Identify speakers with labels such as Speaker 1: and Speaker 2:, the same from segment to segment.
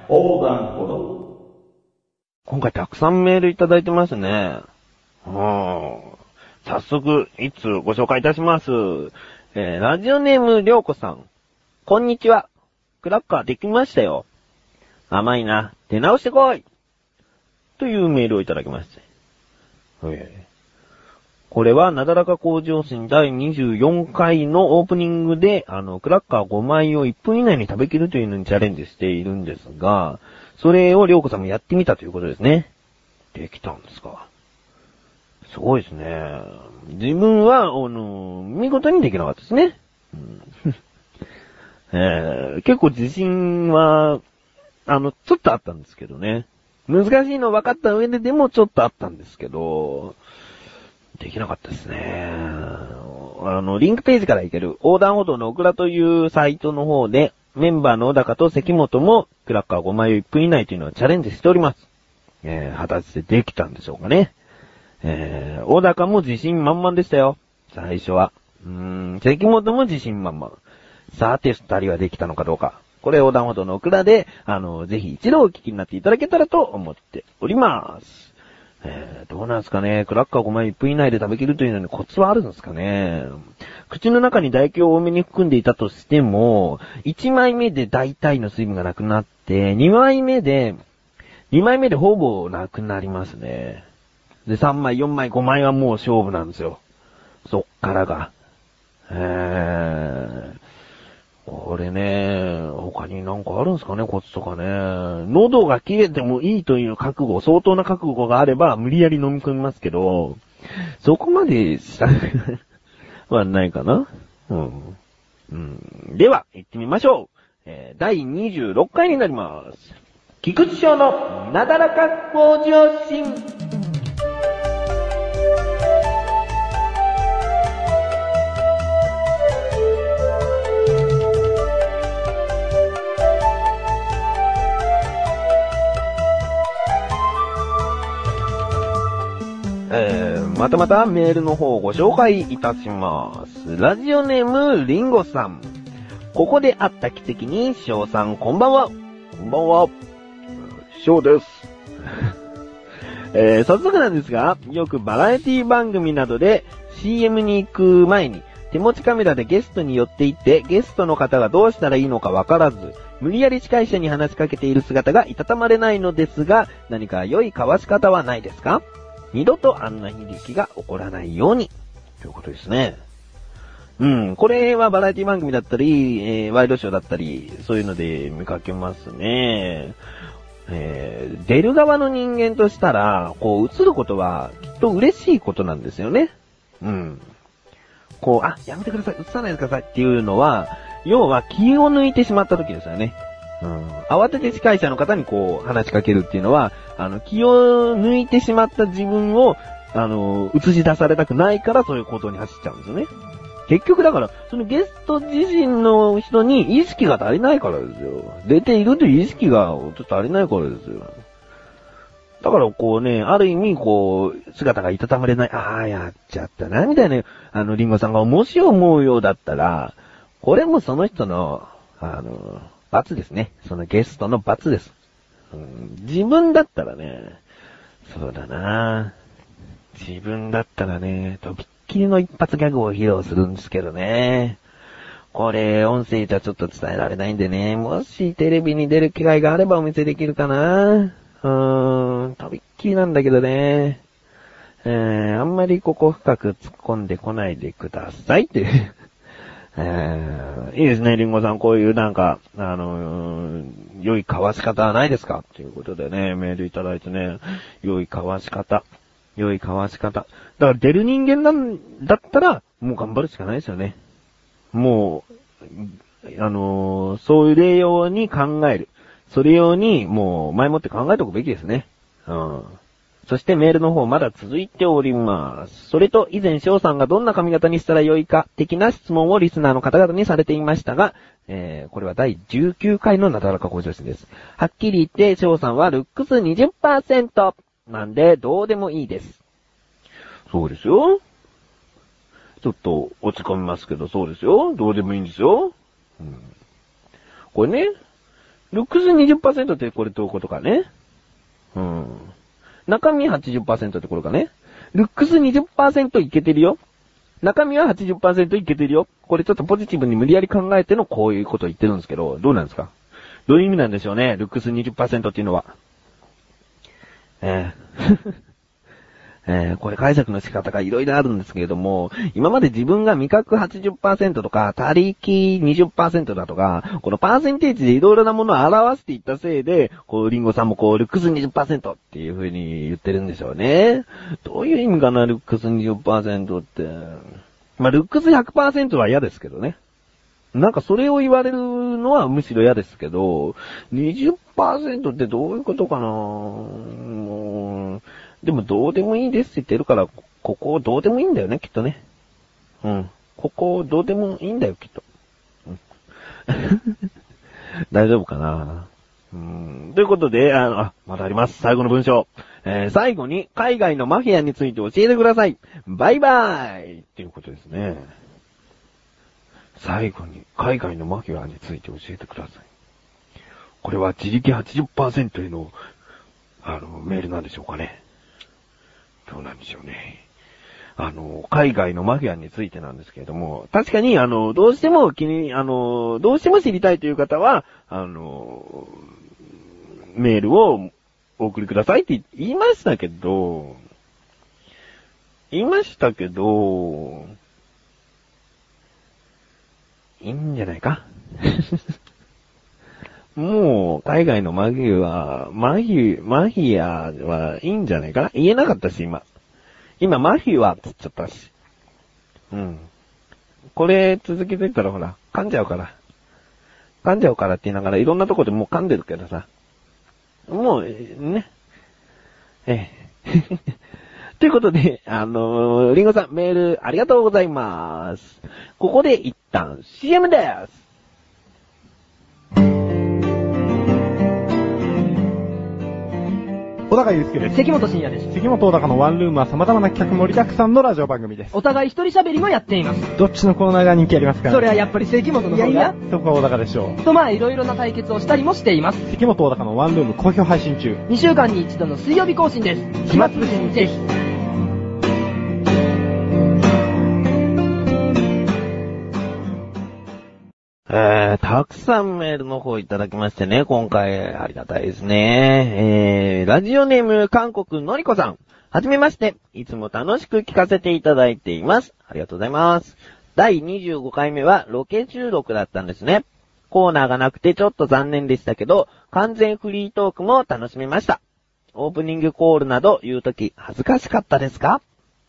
Speaker 1: 横断歩道。
Speaker 2: 今回たくさんメールいただいてますね。早速、いつご紹介いたします。ラジオネームりょうこさん。こんにちは。クラッカーできましたよ。甘いな。出直してこい。というメールをいただきました。これは、なだらか向上心第24回のオープニングで、クラッカー5枚を1分以内に食べきるというのにチャレンジしているんですが、それをりょうこさんもやってみたということですね。できたんですか。すごいですね。自分は、見事にできなかったですね。結構自信は、ちょっとあったんですけどね。難しいの分かった上でもちょっとあったんですけど、できなかったですね。リンクページから行ける横断歩道のオクラというサイトの方で、メンバーの小高と関本もクラッカー5枚を1分以内というのをチャレンジしております。果たしてできたんでしょうかね。小高も自信満々でしたよ。最初は。関本も自信満々。さて、二人はできたのかどうか。これ横断歩道のオクラで、ぜひ一度お聞きになっていただけたらと思っております。どうなんですかね。クラッカー5枚1分以内で食べきるというのにコツはあるんですかね。口の中に唾液を多めに含んでいたとしても、1枚目で大体の水分がなくなって、2枚目でほぼなくなりますね。で、3枚、4枚、5枚はもう勝負なんですよ。そっからが。これね、他になんかあるんですかね、コツとかね。喉が切れてもいいという覚悟、相当な覚悟があれば無理やり飲み込みますけど、そこまでしたはないかな。では、行ってみましょう。第26回になります。菊池翔のなだらか向上心。またメールの方をご紹介いたします。ラジオネームリンゴさん。ここで会った奇跡に翔さんこんばんは。こんばんは。翔です。早速なんですが、よくバラエティ番組などで CM に行く前に手持ちカメラでゲストに寄って行ってゲストの方がどうしたらいいのかわからず、無理やり司会者に話しかけている姿がいたたまれないのですが、何か良い交わし方はないですか？二度とあんな悲劇が起こらないように。ということですね。これはバラエティ番組だったり、ワイドショーだったり、そういうので見かけますね。出る側の人間としたら、こう映ることはきっと嬉しいことなんですよね。やめてください、映さないでくださいっていうのは、要は気を抜いてしまった時ですよね。慌てて司会者の方にこう話しかけるっていうのは、気を抜いてしまった自分を、映し出されたくないからそういう行動に走っちゃうんですよね。結局だから、そのゲスト自身の人に意識が足りないからですよ。出ているという意識がちょっと足りないからですよ。だからこうね、ある意味こう、姿がいたたまれない、やっちゃったな、みたいな、リンゴさんがもし思うようだったら、これもその人の、罰ですね。そのゲストの罰です。自分だったらね、そうだな。自分だったらね、とびっきりの一発ギャグを披露するんですけどね。これ、音声じゃちょっと伝えられないんでね、もしテレビに出る機会があればお見せできるかな。とびっきりなんだけどね。あんまりここ深く突っ込んでこないでくださいっていう。いいですね、リンゴさん。こういうなんか、良い交わし方はないですかということでね、メールいただいてね、良い交わし方。良い交わし方。だから出る人間なんだったら、もう頑張るしかないですよね。もう、そういう例用に考える。それ用に、もう、前もって考えておくべきですね。そしてメールの方まだ続いております。それと以前翔さんがどんな髪型にしたらよいか的な質問をリスナーの方々にされていましたが、これは第19回のなだらか向上心です。はっきり言って翔さんはルックス 20% なんでどうでもいいです。そうですよ。ちょっと落ち込みますけどそうですよ。どうでもいいんですよ。これね、 ルックス 20% ってこれどういうことかね。中身 80% ってこれかね。ルックス 20% いけてるよ。中身は 80% いけてるよ。これちょっとポジティブに無理やり考えてのこういうことを言ってるんですけど、どうなんですか？どういう意味なんでしょうね、ルックス 20% っていうのは。これ解釈の仕方がいろいろあるんですけれども、今まで自分が味覚 80% とか、他力 20% だとか、このパーセンテージでいろいろなものを表していったせいで、こう、リンゴさんもこう、ルックス 20% っていう風に言ってるんでしょうね。どういう意味かな、ルックス 20% って。まあ、ルックス 100% は嫌ですけどね。なんかそれを言われるのはむしろ嫌ですけど、20% ってどういうことかな。でもどうでもいいですって言ってるから、ここどうでもいいんだよね、きっとね。ここどうでもいいんだよ、きっと。大丈夫かな。ということで、まだあります。最後の文章。最後に海外のマフィアについて教えてください。バイバイっていうことですね。最後に海外のマフィアについて教えてください。これは自力 80% への、メールなんでしょうかね。どうなんでしょうね。海外のマフィアについてなんですけれども、確かに、どうしてもどうしても知りたいという方は、メールをお送りくださいって言いましたけど、いいんじゃないかもう、海外のマフィアはいいんじゃないかな。言えなかったし、今、マフィアって言っちゃったし。これ続けていったらほら、噛んじゃうからって言いながらいろんなとこでもう噛んでるけどさ。もう、ね。ということで、リンゴさん、メールありがとうございます。ここで一旦 CM です。
Speaker 1: 小高祐介です。
Speaker 3: 関本慎也です。
Speaker 1: 関本小高のワンルームは様々な企画盛りだくさんのラジオ番組です。
Speaker 3: お互い一人喋りもやっています。
Speaker 1: どっちのコーナーが人気ありますか？
Speaker 3: それはやっぱり関本の方が。
Speaker 1: そこは小高でしょう。
Speaker 3: といろいろな対決をしたりもしています。
Speaker 1: 関本小高のワンルーム好評配信中。
Speaker 3: 2週間に一度の水曜日更新です。暇つぶしにぜひ。
Speaker 2: たくさんメールの方いただきましてね、今回ありがたいですね。ラジオネーム韓国のりこさん。はじめまして。いつも楽しく聞かせていただいています。ありがとうございます。第25回目はロケ収録だったんですね。コーナーがなくてちょっと残念でしたけど、完全フリートークも楽しめました。オープニングコールなど言うとき恥ずかしかったですか？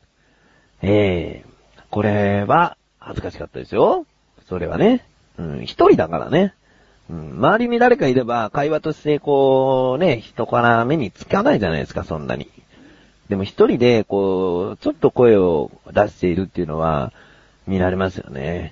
Speaker 2: これは恥ずかしかったですよ。それはね。一人だからね。周りに誰かいれば会話としてこうね、人から目につかないじゃないですか、そんなに。でも一人でこう、ちょっと声を出しているっていうのは見られますよね。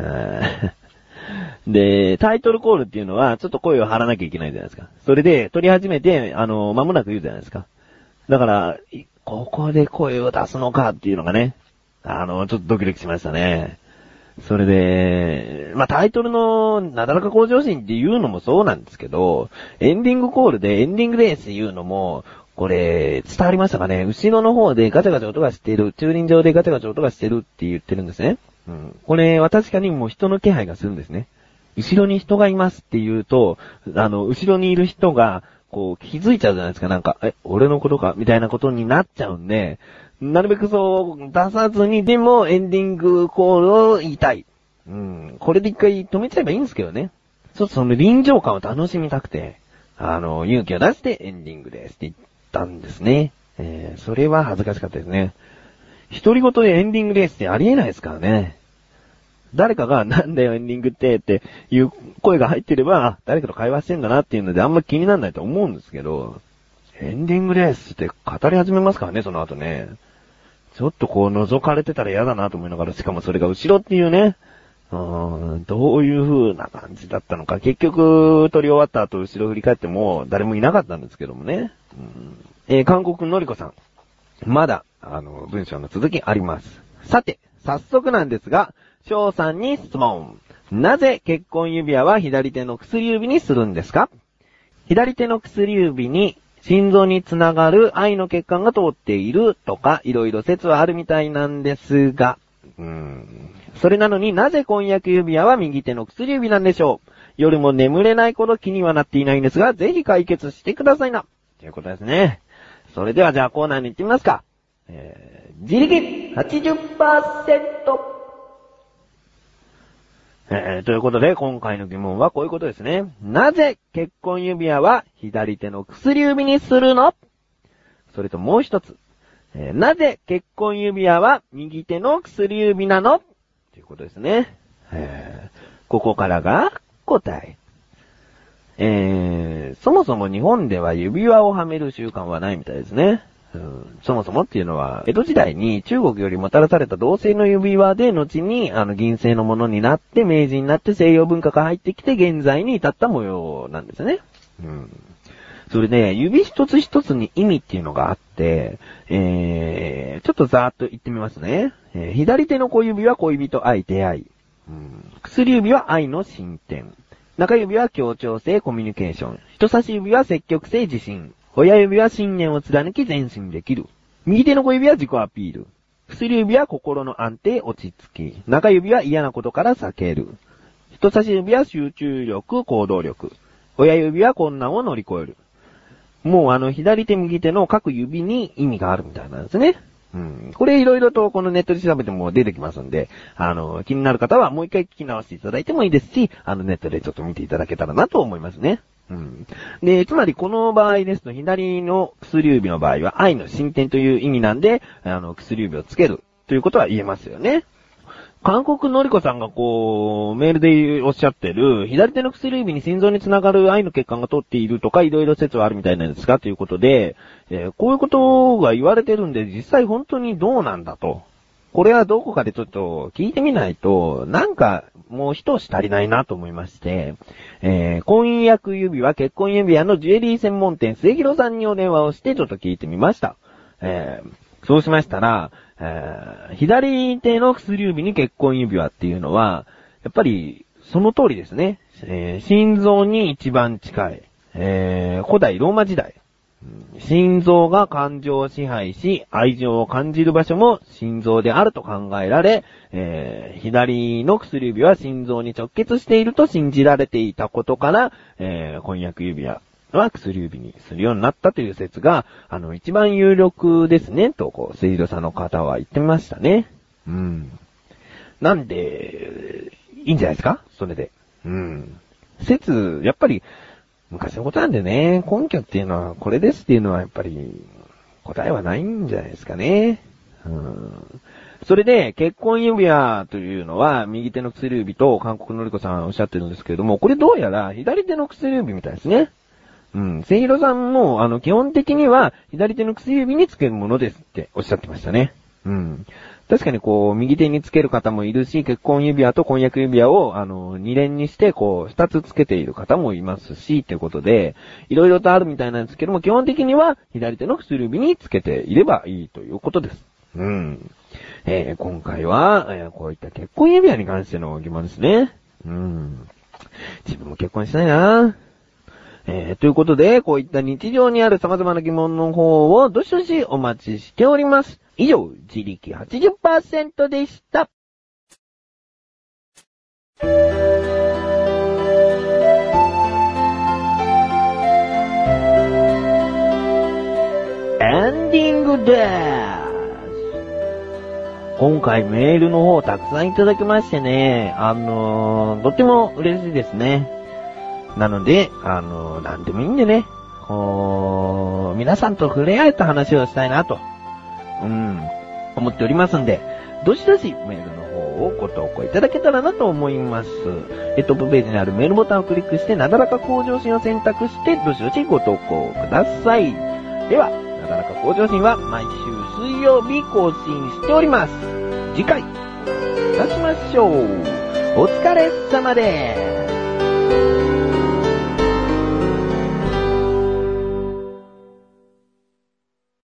Speaker 2: で、タイトルコールっていうのはちょっと声を張らなきゃいけないじゃないですか。それで撮り始めて、間もなく言うじゃないですか。だから、ここで声を出すのかっていうのがね、ちょっとドキドキしましたね。それで、タイトルのなだらか向上心っていうのもそうなんですけど、エンディングコールでエンディングですっていうのも、これ、伝わりましたかね？後ろの方でガチャガチャ音がしてる、駐輪場でガチャガチャ音がしてるって言ってるんですね。これは確かにもう人の気配がするんですね。後ろに人がいますって言うと、後ろにいる人が、こう気づいちゃうじゃないですか。なんか、俺のことかみたいなことになっちゃうんで、なるべくそう出さずにでもエンディングコールを言いたい。これで一回止めちゃえばいいんですけどね。ちょっとその臨場感を楽しみたくて、勇気を出してエンディングですって言ったんですね。それは恥ずかしかったですね。独り言でエンディングですってありえないですからね。誰かがなんだよエンディングっていう声が入ってれば、誰かと会話してんだなっていうのであんま気にならないと思うんですけど、エンディングですって語り始めますからね、その後ね。ちょっとこう覗かれてたら嫌だなと思いながら、しかもそれが後ろっていうね、どういう風な感じだったのか。結局、撮り終わった後後ろ振り返っても誰もいなかったんですけどもね。韓国のりこさん。まだ、文章の続きあります。さて、早速なんですが、翔さんに質問。なぜ結婚指輪は左手の薬指にするんですか？ 左手の薬指に心臓につながる愛の血管が通っているとか、いろいろ説はあるみたいなんですが、それなのになぜ婚約指輪は右手の薬指なんでしょう。夜も眠れないほど気にはなっていないんですが、ぜひ解決してくださいな。ということですね。それではじゃあコーナーに行ってみますか。自力 80%。ということで、今回の疑問はこういうことですね。なぜ結婚指輪は左手の薬指にするの？それともう一つ。なぜ結婚指輪は右手の薬指なの？ということですね。ここからが答え。そもそも日本では指輪をはめる習慣はないみたいですね。そもそもっていうのは、江戸時代に中国よりもたらされた銅製の指輪で、後に銀製のものになって、明治になって西洋文化が入ってきて、現在に至った模様なんですね。それで、指一つ一つに意味っていうのがあって、ちょっとざーっと言ってみますね。左手の小指は恋人愛出会い。薬指は愛の進展。中指は協調性コミュニケーション。人差し指は積極性自信。親指は信念を貫き前進できる。右手の小指は自己アピール。薬指は心の安定落ち着き。中指は嫌なことから避ける。人差し指は集中力行動力。親指は困難を乗り越える。もう左手右手の各指に意味があるみたいなんですね。これいろいろとこのネットで調べても出てきますんで、気になる方はもう一回聞き直していただいてもいいですし、ネットでちょっと見ていただけたらなと思いますね。で、つまりこの場合ですと、左の薬指の場合は愛の進展という意味なんで、薬指をつけるということは言えますよね。韓国のりこさんがメールでおっしゃってる、左手の薬指に心臓につながる愛の血管が通っているとか、いろいろ説はあるみたいなんですが、ということで、こういうことが言われてるんで、実際本当にどうなんだと。これはどこかでちょっと聞いてみないと、なんかもう一押し足りないなと思いまして、婚約指輪、結婚指輪のジュエリー専門店、末広さんにお電話をしてちょっと聞いてみました。そうしましたら、左手の薬指に結婚指輪っていうのは、やっぱりその通りですね。心臓に一番近い、古代ローマ時代。心臓が感情を支配し、愛情を感じる場所も心臓であると考えられ、左の薬指は心臓に直結していると信じられていたことから、婚約指輪は薬指にするようになったという説が、一番有力ですね、と、末広さんの方は言ってましたね。なんで、いいんじゃないですか？それで。説、やっぱり、昔のことなんでね、根拠っていうのはこれですっていうのはやっぱり答えはないんじゃないですかね。それで結婚指輪というのは右手の薬指と韓国のりこさんおっしゃってるんですけれども、これどうやら左手の薬指みたいですね。末広さんも基本的には左手の薬指につけるものですっておっしゃってましたね。確かに右手につける方もいるし、結婚指輪と婚約指輪を、二連にして、二つつけている方もいますし、ってことで、いろいろとあるみたいなんですけども、基本的には、左手の薬指につけていればいいということです。今回は、こういった結婚指輪に関しての疑問ですね。自分も結婚したいな。ということで、こういった日常にある様々な疑問の方をどしどしお待ちしております。以上、自力 80% でした。エンディングです。今回メールの方たくさんいただきましてね、とっても嬉しいですね。なので、なんでもいいんでね、皆さんと触れ合えた話をしたいなと、思っておりますんで、どしどしメールの方をご投稿いただけたらなと思います。トップページにあるメールボタンをクリックして、なだらか向上心を選択して、どしどしご投稿ください。では、なだらか向上心は毎週水曜日更新しております。次回、お会いいたしましょう。お疲れ様です。